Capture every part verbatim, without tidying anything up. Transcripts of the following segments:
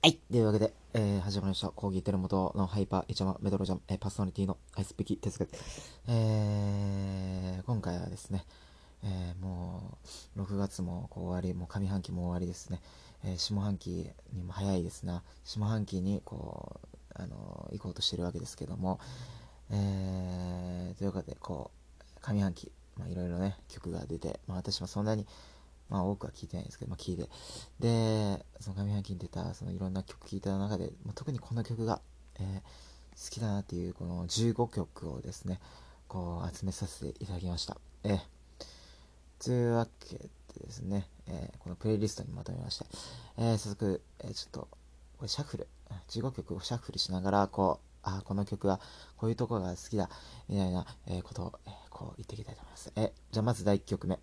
はい。というわけで、えー、始まりました。コーギーテレモトのハイパーイチャマメドロジャム、えー、パーソナリティのアイスピキ哲学。えー、今回はですね、えー、もう、ろくがつもこう終わり、もう上半期も終わりですね。えー、下半期にも早いですな。下半期に、こう、あのー行こうとしてるわけですけども、えー、ということで、こう、上半期、まあ、いろいろね、曲が出て、まあ、私もそんなに、まあ多くは聞いてないんですけど、まあ聞いて。で、その上半期に出た、そのいろんな曲聴いた中で、まあ、特にこの曲が、えー好きだなっていう、このじゅうごきょくをですね、こう集めさせていただきました。えー、というわけでですね、えーこのプレイリストにまとめました。えー早速、えーちょっと、これシャッフル、じゅうごきょくをシャッフルしながら、こう、あ、この曲はこういうところが好きだ、みたいな、えーことを、えーこう言っていきたいと思います。えーじゃあまずだいいっきょくめ。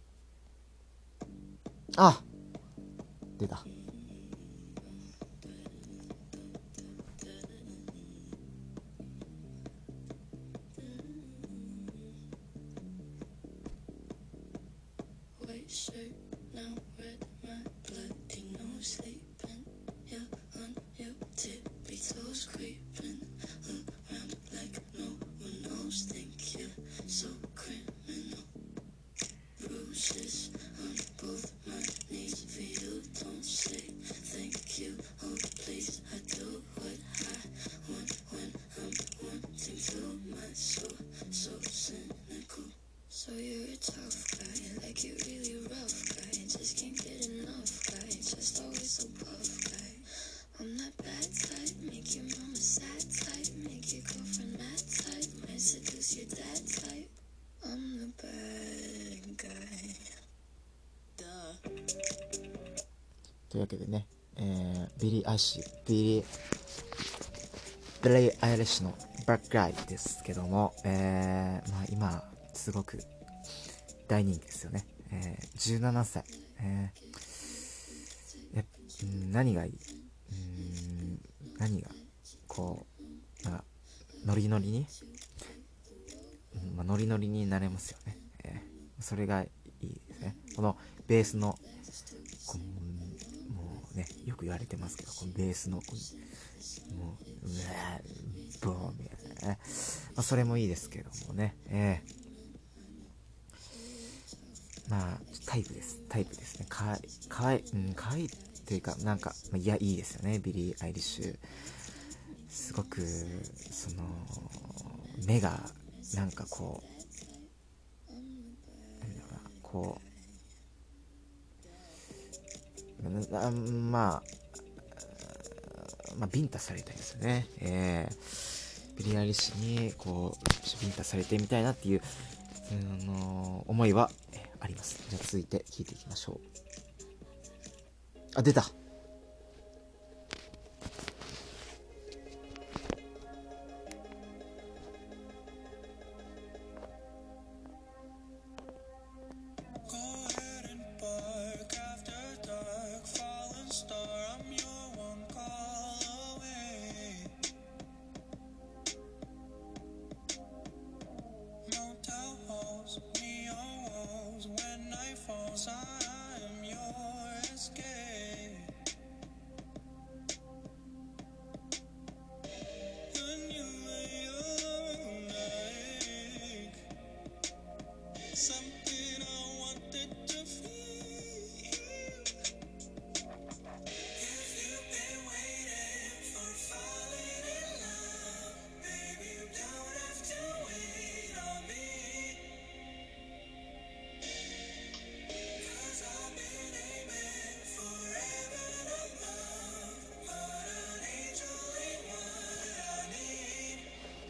あ、出た。 So you're a tough guy, like you really rough guy. Just can't get enough guy, just always so puff guy. I'm that bad type, make your mama sad type, make your girlfriend mad type, might seduce your dad type. I'm the bad guy. Duh. というわけでね、えー、ビリー・アイシー、ビリー、ビリー・アイリッシュのバックライですけども、えー、まあ今、すごく大人気ですよね。えー、じゅうななさい。えー、やん何がいい、うーん何が、こう、なんか、ノリノリに、うんまあ、ノリノリになれますよね。えー、それがいいですね。このベースの、このもうね、よく言われてますけど、このベースの、もう、うわー、ボーみたいなね。まあ、それもいいですけどもね。えー、まあ、タイプです。タイプですね。かわいい、かわいい、うん、かわいいっていうか、なんか、まあ、いや、いいですよね。ビリー・アイリッシュ。すごく、その、目が、なんかこう、なんだろうな、こう、なまあ、まあ、ビンタされたいですよね。えー、ビリー・アイリッシュに、こう、ビンタされてみたいなっていう、あのー思いは、えーあります。じゃあ続いて聞いていきましょう。あ、出た。 Something I wanted to feel. If you've been waiting for falling in love, baby, you don't have to wait on me. 'Cause I've been aiming forever above, but an angel ain't what I need.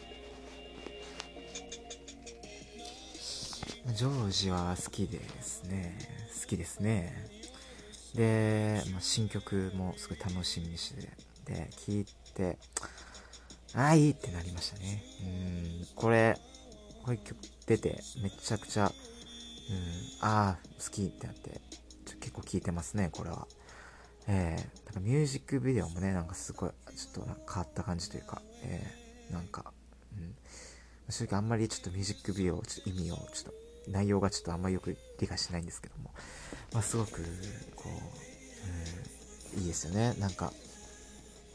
ジョージは好きですね。好きですね。で、まあ、新曲もすごい楽しみにしてで聴いて、ああいいってなりましたね。うん、これこういう曲出てめちゃくちゃ、うん、ああ好きってなって結構聴いてますね、これは。えー、なんかミュージックビデオもね、なんかすごいちょっとなんか変わった感じというか、えー、なんか、うん、正直あんまりちょっとミュージックビデオちょっと意味をちょっと内容がちょっとあんまりよく理解してないんですけども、まあ、すごくこう、うん、いいですよね。なんか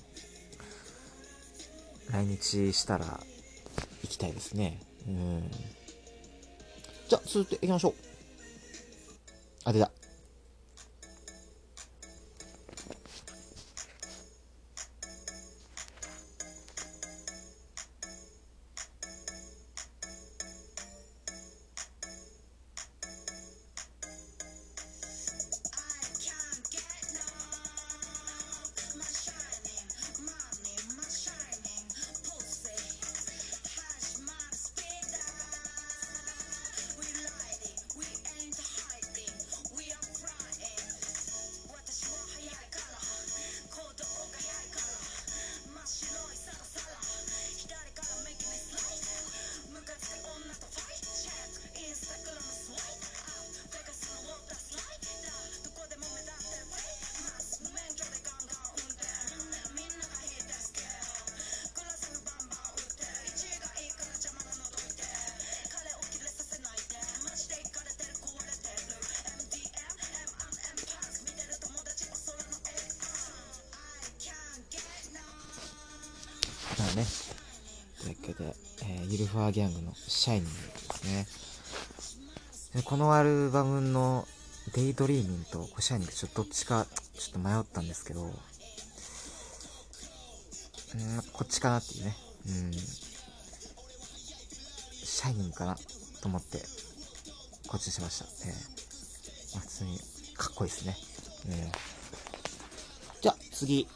来日したら行きたいですね。うん。じゃあ続いていきましょう。あ、出た。まあね、というわけで、えー、ユルファーギャングのシャイニングですね。でこのアルバムのデイドリーミンとシャイニング、ちょっとどっちかちょっと迷ったんですけど、うん、こっちかなっていうね、うん、シャイニングかなと思ってこっちにしました。えーまあ、普通にかっこいいですね。えー、じゃあ次。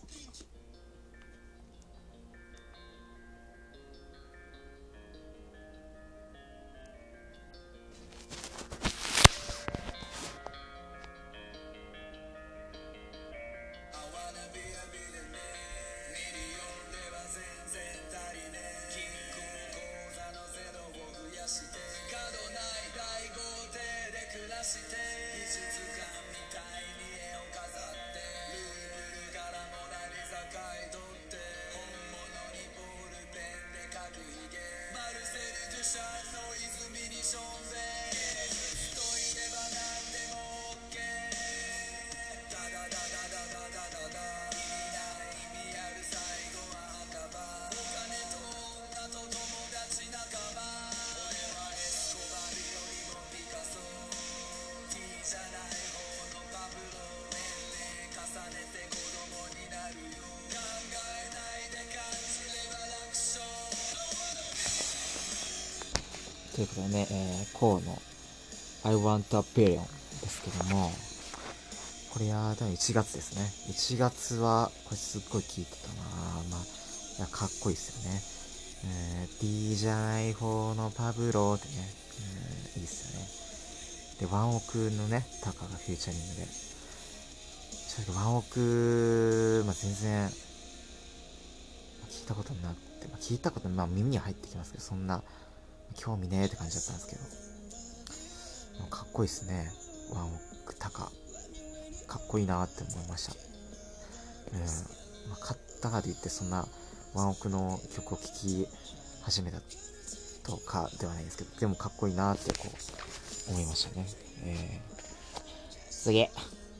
ということでね、えー、コーの I Want a Billion ですけども、これは多分いちがつですね。いちがつはこれすっごい聴いてたな。まあいやかっこいいですよね。えー、D じゃない方のパブロってね、えー、いいっすよね。でワンオクのねタカがフューチャリングで、正直ワンオク、まあ、全然聞いたことなくて、まあ、聞いたこと、まあ、耳に入ってきますけど、そんな興味ねーって感じだったんですけど、かっこいいですね。ワンオクタカかっこいいなって思いました。うん、まあ、買ったかで言ってそんなワンオクの曲を聴き始めたとかではないですけど、でもかっこいいなってこう思いましたね。えー、次。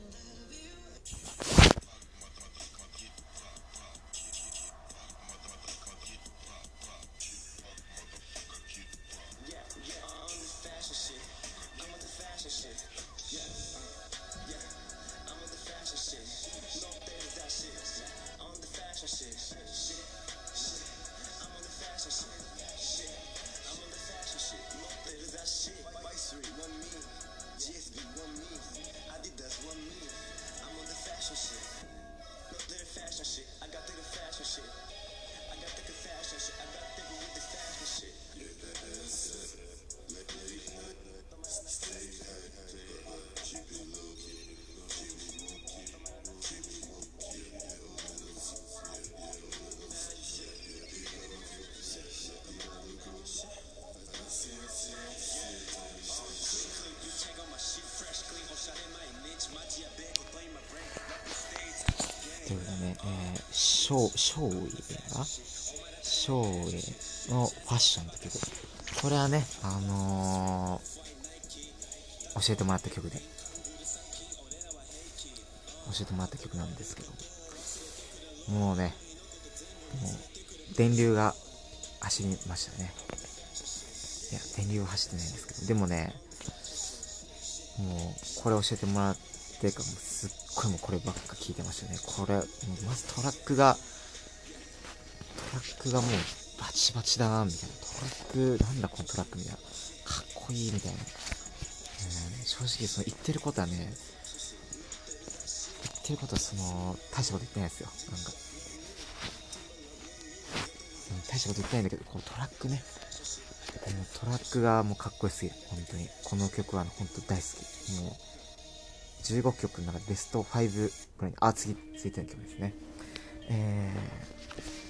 ということでね、えー、ショー、ショーウェイかショーウェイのファッションって曲。これはね、あのー、教えてもらった曲で、教えてもらった曲なんですけど、もうね、もう電流が走りましたね。いや電流は走ってないんですけど、でもねもうこれ教えてもらってかもうすっごいもうこればっか聞いてましたね。これもうまずトラックがトラックがもうバチバチだなみたいな、トラックなんだこのトラックみたいな、かっこいいみたいな、うん、正直その言ってることはね言ってることはその大したこと言ってないですよ。なんか、うん、大したこと言ってないんだけど、こうトラックね、もうトラックがもうかっこよすぎる。本当にこの曲は本当大好き。もうじゅうごきょくの中でベストごぐらいに、あ、次ついてる曲ですね。えー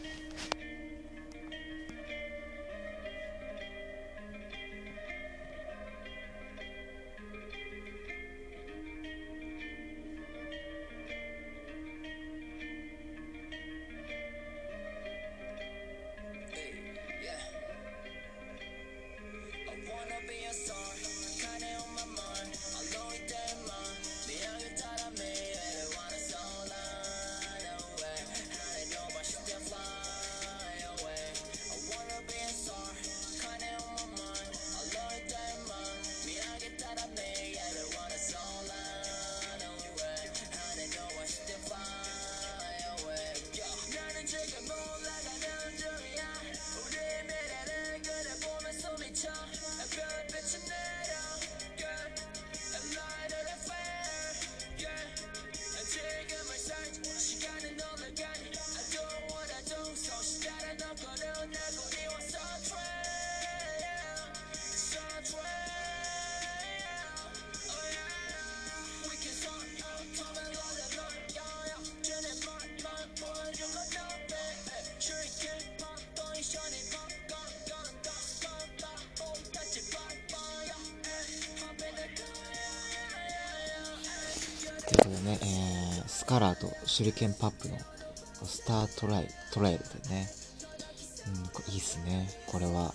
ということでね、えー、スカラーと手裏剣パップのスタートライトライルでね、うん、これいいっすね。これは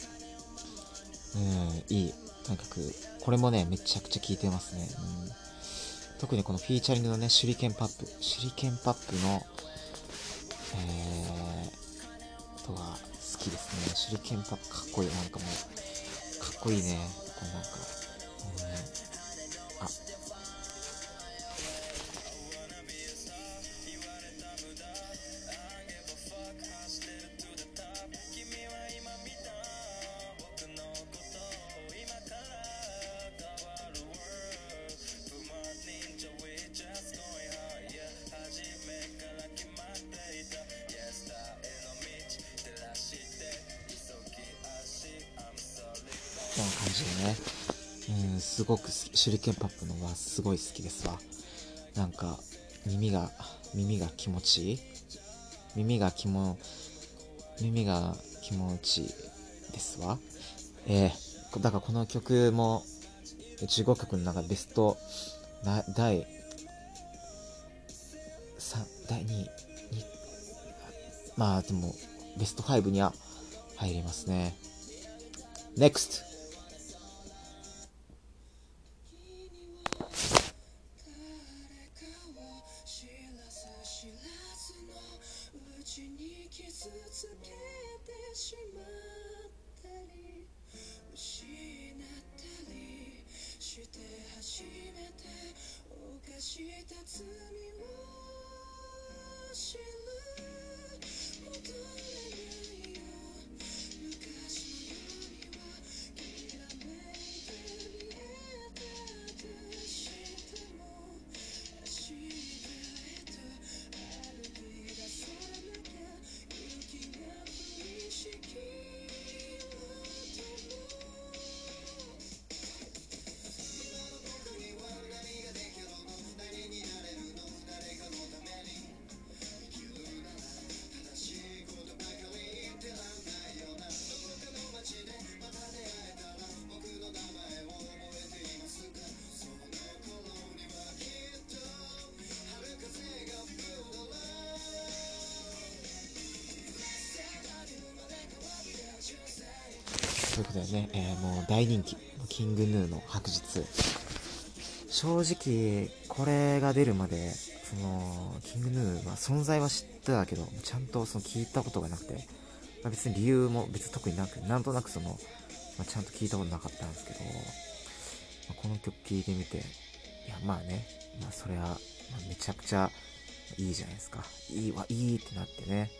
うんいい。とにかくこれもねめちゃくちゃ聴いてますね、うん、特にこのフィーチャリングのね手裏剣パップ手裏剣パップのえーとは好きですね。手裏剣パップかっこいい。なんかもうかっこいいね。こうなんか、うん、あこんな感じでね、うん、すごく好き。手裏剣パップのはすごい好きですわ。なんか耳が耳が気持ちいい。耳が気も耳が気持ちいいですわ。えー、だからこの曲もじゅうごきょくの中でベストだだいさんだいにいにまあでもベストごには入りますね。 ネクスト。ということでね、えー、もう大人気キングヌーの白日。正直これが出るまでそのキングヌーは存在は知ってたけどちゃんとその聞いたことがなくて、まあ、別に理由も別に特になく、なんとなくその、まあ、ちゃんと聞いたことなかったんですけど、まあ、この曲聴いてみて、いやまあね、まあそれは、まあ、めちゃくちゃいいじゃないですか。いいわ、いいってなってね。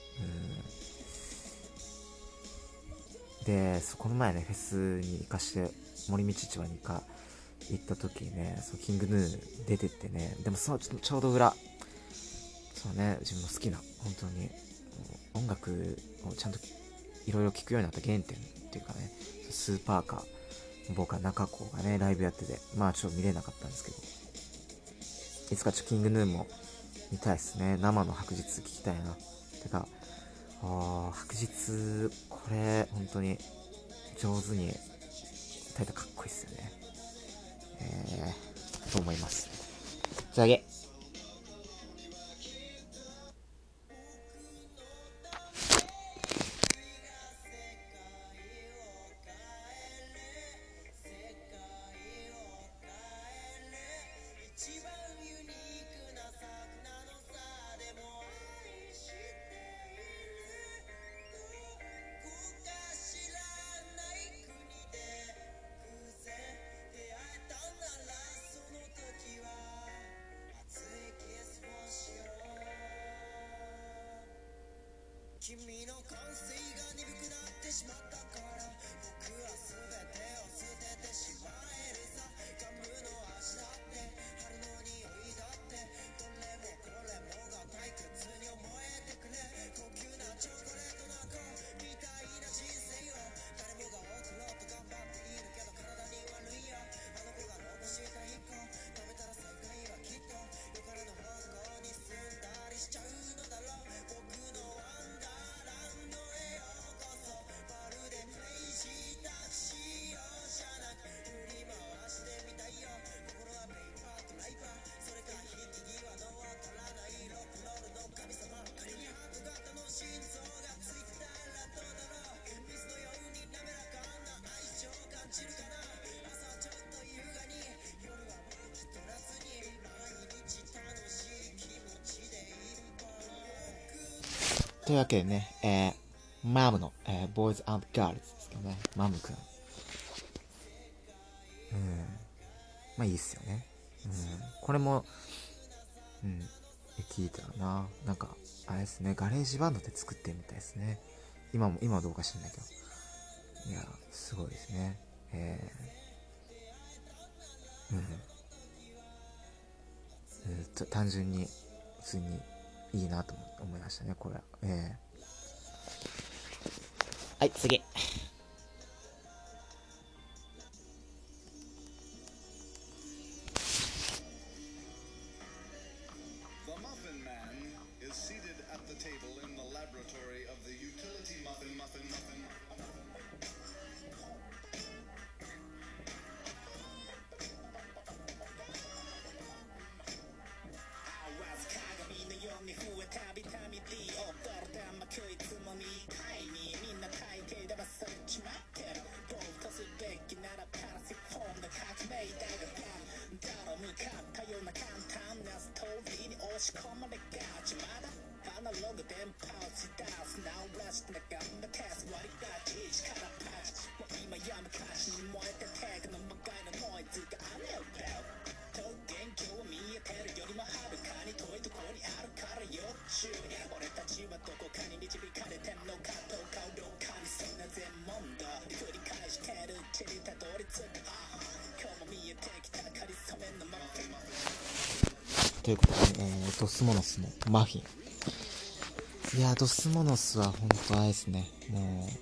うんで、そこの前ね、フェスに行かして、森道市場に行か行った時にね、そのキングヌー出てってね、でもそのちょちょうど裏、そうね、自分の好きな、本当に音楽をちゃんといろいろ聴くようになった原点っていうかね、スーパーカー、僕は中高がね、ライブやってて、まあちょっと見れなかったんですけど、いつかちょっとキングヌーも見たいですね。生の白日聞きたいな。てか、あ白日、これ、本当に上手に歌えたらかっこいいっすよね。えー、と思います。じゃあげ。 君の感性が鈍くなってしまったから僕は全てを捨ててしまえるさ。ガムの味だって春の匂いだってどれもこれもが退屈に思えてくれ。高級なチョコレートの子みたいな人生を誰もが送ろうと頑張っているけど体に悪いよ。あの子が残した一個食べたら世界はきっとよからぬ方向に進んだりしちゃうのだろう。僕のワンダーというわけでね、えー、マムの、えー、ボーイズ&ガールズですけどね、マムくん。うん。まあいいっすよね。うん。これも、うん。聞いたらな。なんか、あれですね、ガレージバンドで作ってるみたいですね。今も、今はどうか知らないけど。いや、すごいですね。えー、うん。えー、と単純に、普通にいいなと思いましたね、これ。えー、はい、次。ということで、えー、ドスモノスのマフィン。いや、ドスモノスは本当あれですね。もう、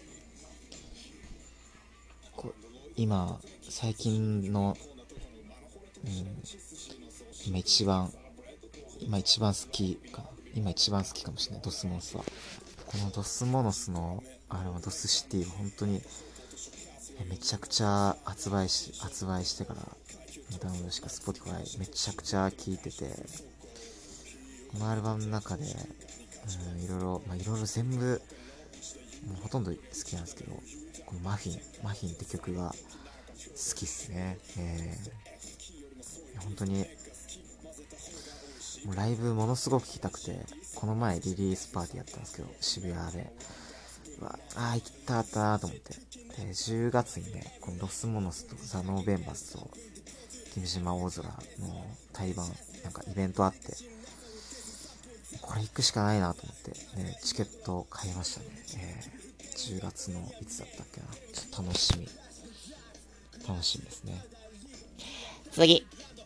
こ今、最近の、うん、今一番、今一番好きかな。今一番好きかもしれない、ドスモノスは。このドスモノスの、あの、ドスシティは本当に、めちゃくちゃ発売し、発売してから、ダウンロードしか Spotify めちゃくちゃ聴いてて、このアルバムの中で、うん、いろいろ、まあ、いろいろ全部、もうほとんど好きなんですけど、このマフィン、マフィンって曲が好きっすね。えー、本当に、 もうライブものすごく聴きたくて、この前リリースパーティーやったんですけど、渋谷で、うわあー行きたかったなと思って。でじゅうがつにね、このロスモノスとザ・ノーベンバスと君島大空の対バンなんかイベントあって、これ行くしかないなと思ってね、チケットを買いましたね。えー、じゅうがつのいつだったっけな、ちょっと楽しみ楽しみですね。次。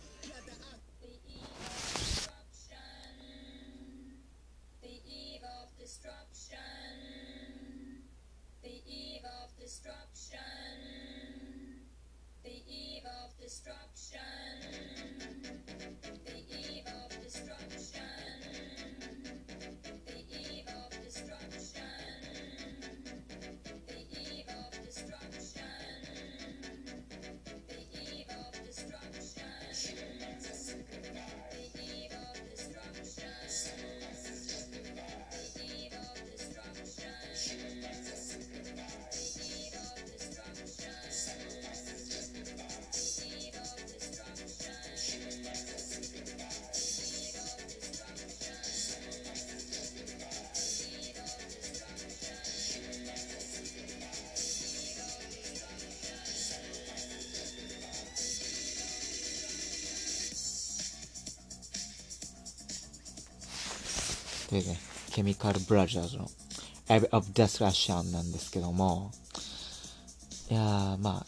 というね、ケミカルブラザーズの Ebb of Destruction なんですけども、いやー、まあ、うん、好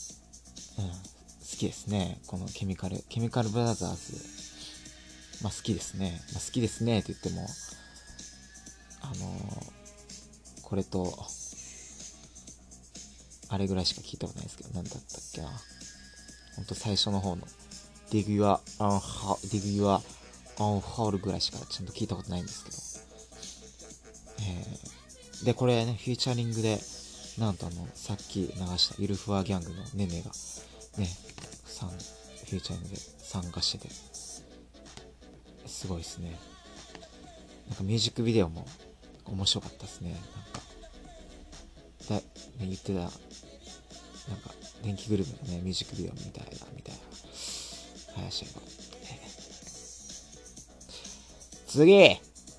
きですね。このケミカル、ケミカルブラザーズ、まあ好きですね。まあ、好きですねって言っても、あのー、これと、あれぐらいしか聞いたことないですけど、なんだったっけな。ほんと最初の方の Dig Your Own Dig Your Own Hole ぐらいしかちゃんと聞いたことないんですけど、えー、でこれね、フューチャリングでなんとあのさっき流したユルフワーギャングのネネがね、さんフューチャリングで参加してて、すごいですね。なんかミュージックビデオも面白かったですね。なんかだ、ね、言ってた、なんか電気グルメのねミュージックビデオみたいだみたいな話が、次。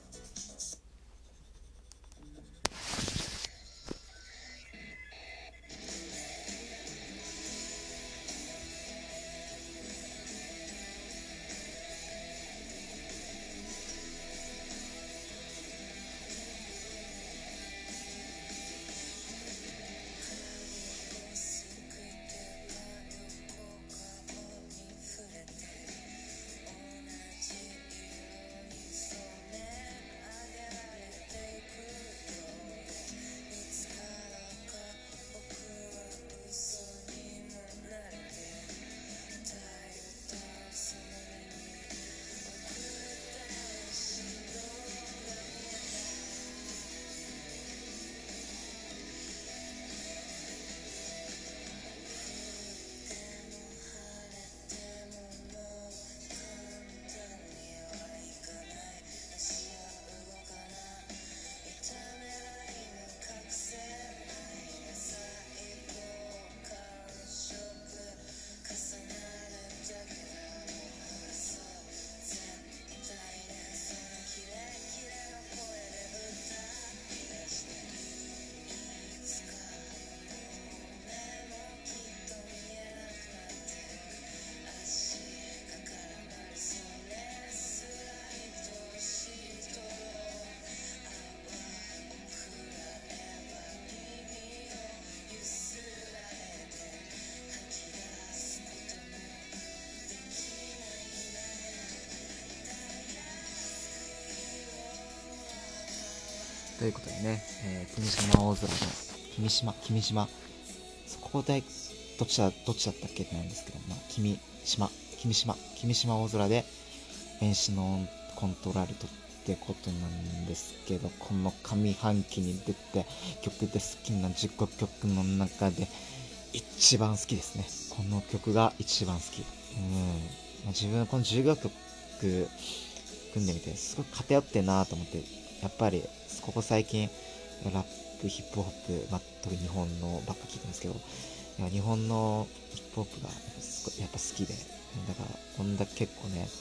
ということでね、えー、君島大空の君島君島ここでどっちだどっちだったっけってなんですけど、まあ、君島君島君島大空で演詞のコントラルトってことなんですけど、この上半期に出て曲で好きなじゅっこきょくの中で一番好きですね。この曲が一番好き。うん、まあ、自分このじゅうごきょく組んでみてすごく偏ってんなと思って、やっぱりここ最近ラップヒップホップ、まあ、特に日本のばっか聞いてますけど、いや日本のヒップホップがやっぱ好きで、だからこんだけ結構ね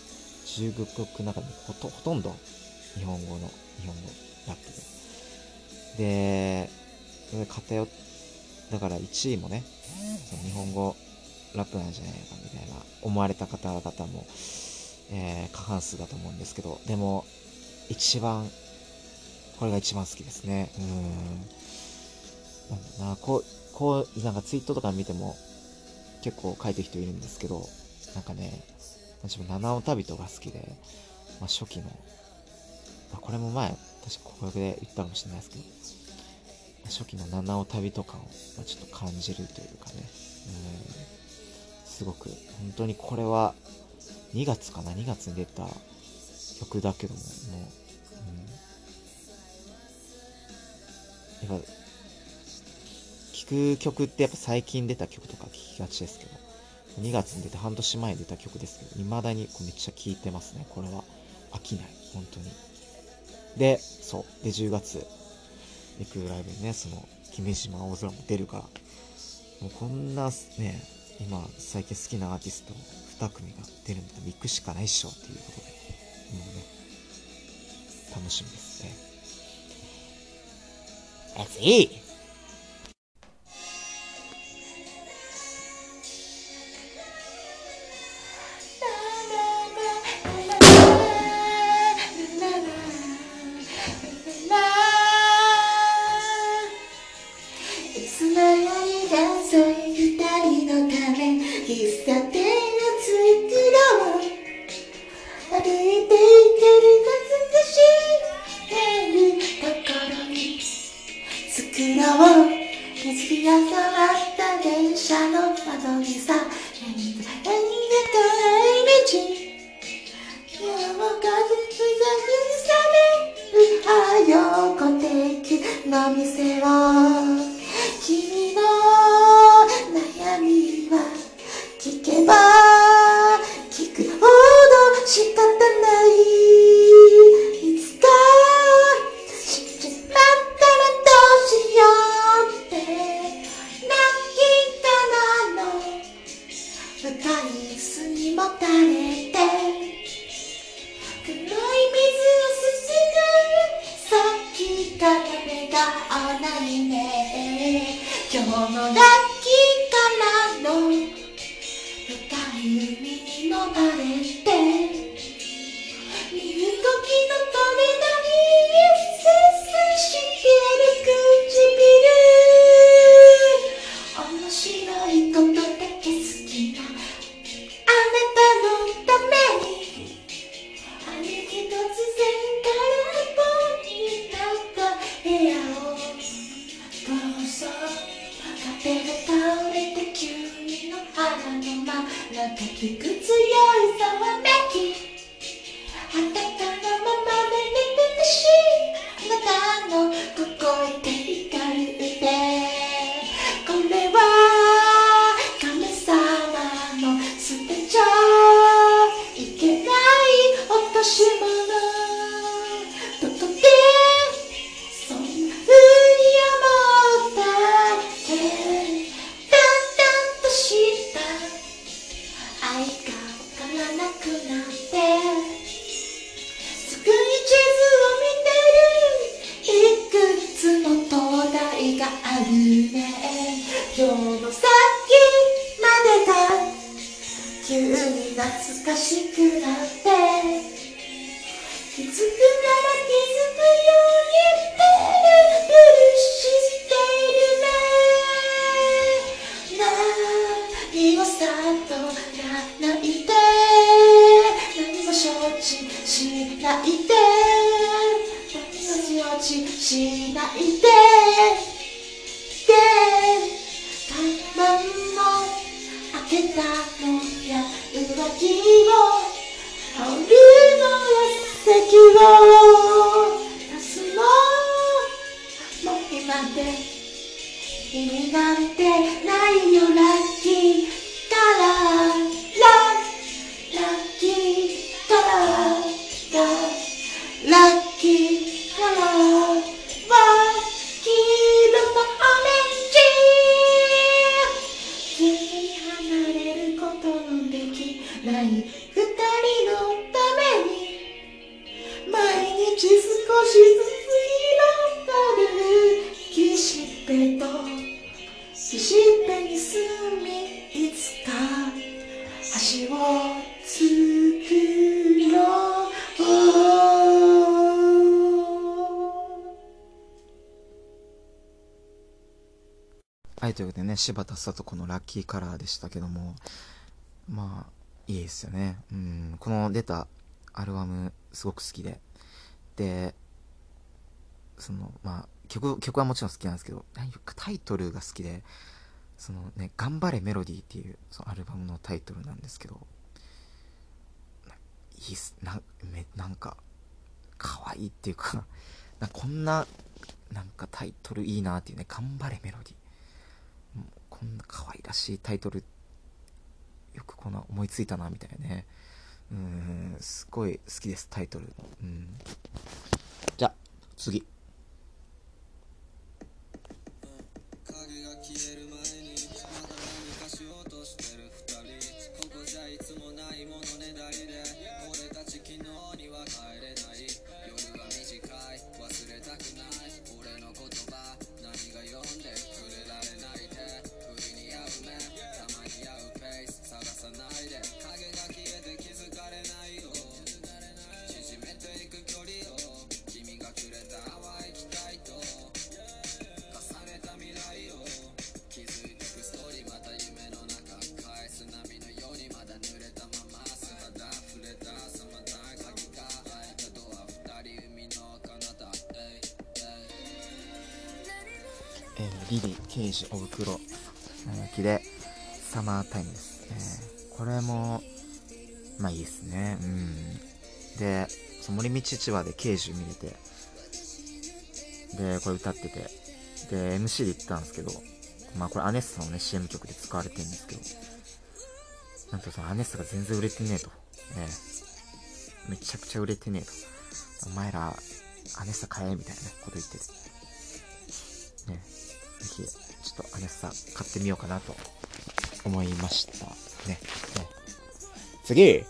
じゅうごきょくの中でほと、ほとんど日本語の日本語ラップで、で偏っだからいちいもね、その日本語ラップなんじゃないかみたいな思われた方々も、えー、過半数だと思うんですけど、でも一番これが一番好きですね。うーんなんだな、こうこうなんかツイートとか見ても結構書いてる人いるんですけど、なんかね、自分七尾旅人が好きで、まあ、初期の、まあ、これも前確かここで言ったかもしれないですけど、初期の七尾旅人感をちょっと感じるというかね、うんすごく本当にこれはにがつかなにがつに出た曲だけども、もう、うん、やっぱ聴く曲ってやっぱ最近出た曲とか聴きがちですけど、にがつに出て半年前に出た曲ですけど、未だにこうめっちゃ聴いてますね。これは飽きない、本当に。で、そうでじゅうがつ行くライブにね、その君島青空も出るから、もうこんなね、今最近好きなアーティストに組が出るんだったら行くしかないっしょっていうことで、もうね、楽しみですね。次喫茶店を作ろう、歩いていける恥ずかしいところに作ろう、水着が触った電車の窓にさ、何と何でとない道、今日も風ふざけさめるはよこていくの店を、君の悩みは聞けば聞くほど仕方ない、いつか死んじまったらどうしようって泣きからの舞台椅子にもたれて、黒い水をすすぐさっきから目が合わないね、今日のラッキーからの深い海にもたれて、身動きの取れないせっせしてる唇、面白いことだけ好きなあなたのために、あの日突然からボンになった部屋をどうぞ、壁が倒れて急にの腹の真ん中聞く強いざわめき、あなたのままで寝てたし、あなたのここで光る腕、これは神様の捨てちゃいけない落とし物ととてそんな風に思ったっけ、だんだんとした愛がわからなくなって、すぐに地図を見てる、いくつの灯台があるね、今日の先までが急に懐かしくなって、気づくなら気づくようにペルプルしているね、何をさっと泣いて、何も承知しないで、何も承知しないで、で看板の開けたのや浮気を羽織るのや席を出すの、もう今で意味なんてないよ、ラッキーからララッキーからララッキーからは黄色とオレンジ、君に離れることのできない二人のためはいということでね、柴田聡子のラッキーカラーでしたけども、まあいいですよね。うん、この出たアルバムすごく好きで、でそのまあ曲曲はもちろん好きなんですけど、タイトルが好きで、そのね、頑張れメロディーっていうそのアルバムのタイトルなんですけど、いいっすな、めなんか可愛いっていうかなんかこんななんかタイトルいいなっていうね、頑張れメロディー、もうこんな可愛らしいタイトルよくこんな思いついたなみたいなね。うーん、すごい好きですタイトル。うん。じゃあ次。 影が消える前にまだ何かしようとしてる二人、ここじゃいつもないものねだりで、俺たち昨日には帰れない、夜は短い忘れたくない、俺の言葉何が読んで触れられないで、不意に合う目たまに合うペース探さないで、影が消えて気づかれないよ、縮めていく距離を君がくれた淡い期待と重ねた未来を気づいてくストーリー、また夢の中返す波のようにまだ濡れたまま素肌触れた朝また鍵が開いたドア二人海の彼方、えいえー、リリー・ケイジ・オブ・クロ長きでサマータイムです、えー、これもまあいいですね。うん。でその森道市場でケイジ見れて、でこれ歌ってて、で エムシー で言ったんですけど、まあこれアネッサのね シーエム 曲で使われてるんですけど、なんとそのアネッサが全然売れてねえと、えー、めちゃくちゃ売れてねえと、お前らアネッサ買えみたいな、ね、こと言っててね、ぜひちょっとアネッサ買ってみようかなと思いましたね。ね、次。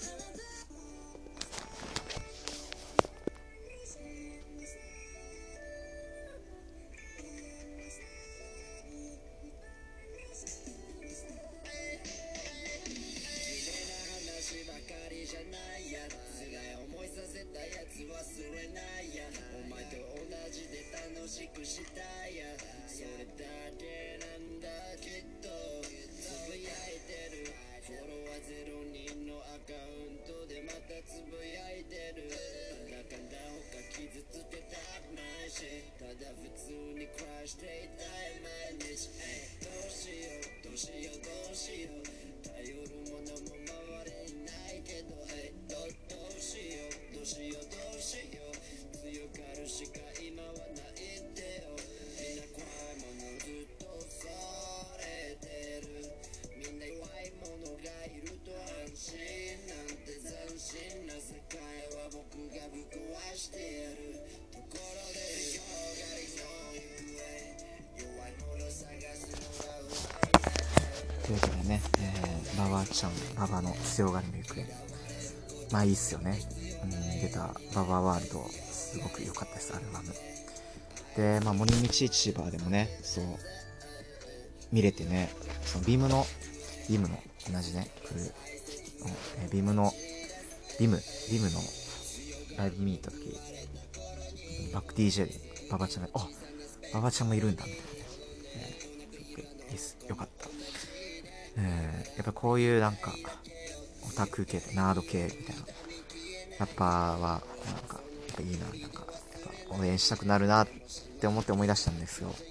ということでね、えー、ババちゃん、ババの強がりの行方、まあいいっすよね。うん、出たババワールドすごく良かったです、アルバムで。まあ森道市場でもね、そう見れてね、そのビームのビームの同じねクルーの、えー、ビームのビムビムのライブ見に行った時、バック ディージェー でババちゃんが、あ、ババちゃんもいるんだみたいなね、えー、いいっす、よかった。えー、やっぱこういうなんかオタク系、ナード系みたいなラッパーはなんかやっぱいいな、なんかやっぱ応援したくなるなって思って思い出したんですよ。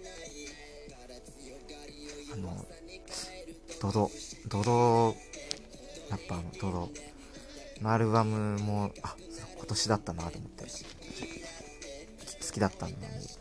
あのドドドドラッパーのドドのアルバムも、あ、今年だったなと思って、好きだったのに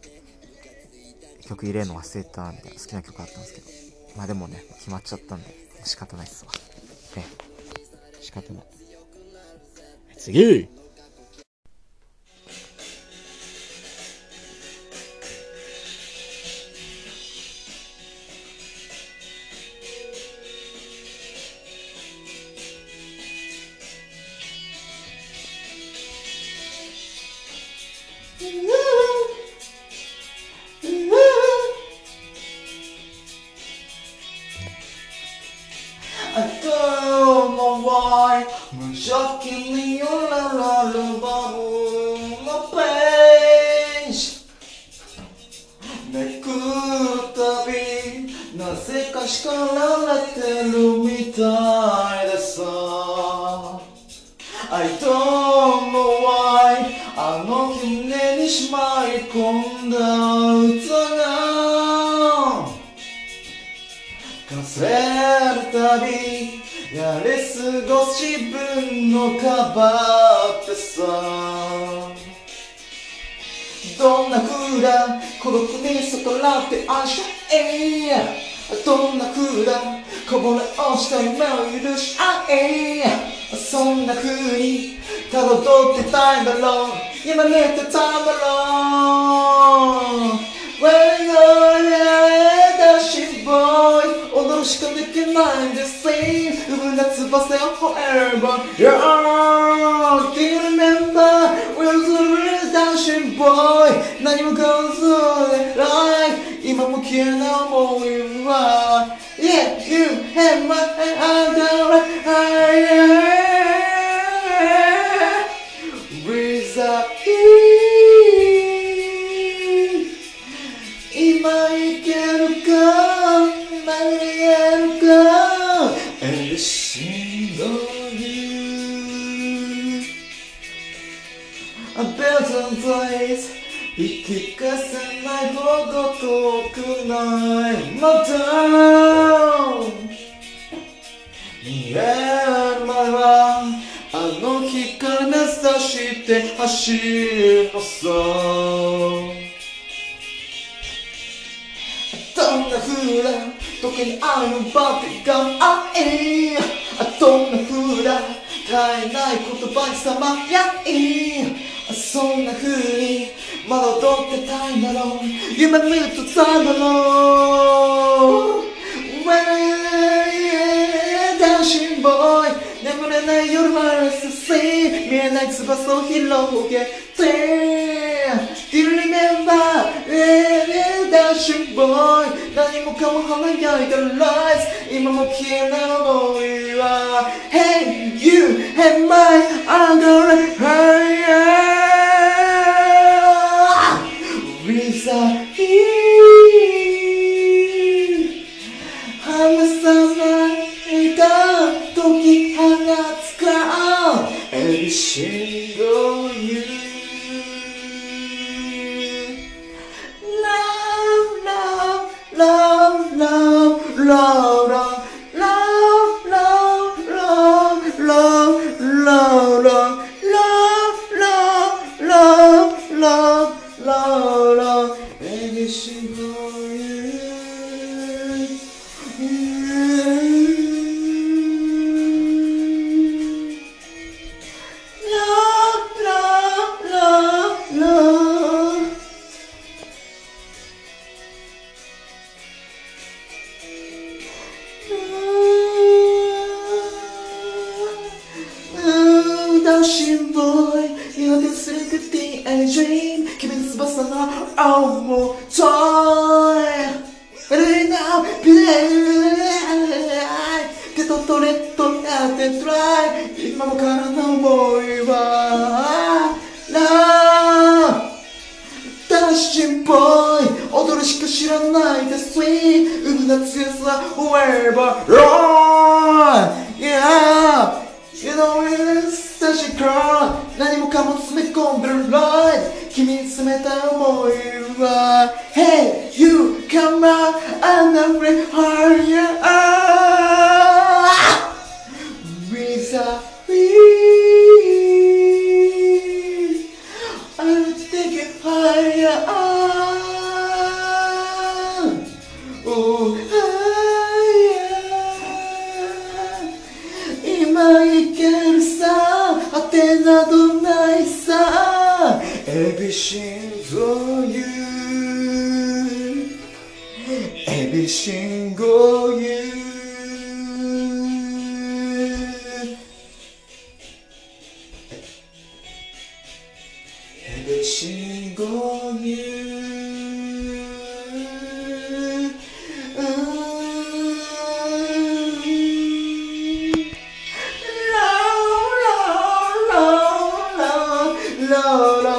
曲入れるの忘れたみたいな、好きな曲あったんですけど、まあでもね決まっちゃったんで仕方ないっすわね、仕方ない。次。I don't know why 無邪気に揺られるバブのページめくるたびしかられてるみたいでさ I don't know why あの日胸にしまい込んだ歌が数えるたびやり過ごす自分のかばってさどんな風だ孤独に悟られて愛し合えどんな風だこぼれ落ちた夢を許し合えそんな風にたどってたいんだろう今寝てたんだろう When you're a dashing boy 踊るしかできないんです産むな翼よ forever Yeah Do you remember When you're a dashing boy 何もかもそうでない今も消えない思いは Yeah you have my heart higher Without you 今いけるか間に合えるか Every single you A better place 引き返せないほど遠くないまた見える前はあの日から目指して走るのさどんな風だ時に愛のバティが愛どんな風だ絶えない言葉にさまやいそんな風にまだ踊ってたいんだろう夢見てたんだろう When I dancing boy 眠れない夜は Let's see 見えない翼を広げて Do you remember When I dancing boy 何もかも輝いた lights 今も消えない想いは Hey you have my under higher Without you 離さないか解き放つか Every single you Love, love, love, love, love, love, love, love, love, love, love, love, love, love, love, love, every single you. Love, love, love, love. Oh, dashing boy, you're the secret I dream. 君の翼の青toy. Right now, play. 手とトレットやって try. 今もからの思いは Love.ダッシュボーイ踊るしか知らないで Sweet 生むな強さ Wherever Run Yeah You know it's such a girl 何もかも詰め込んでる Light 君に冷たい思いは Hey you come out and I'm really higher Without me I'll take it higher Oh higher 今いけるさ果てなどないさ Every single you Every single you Every single you Love, love, love, love, love,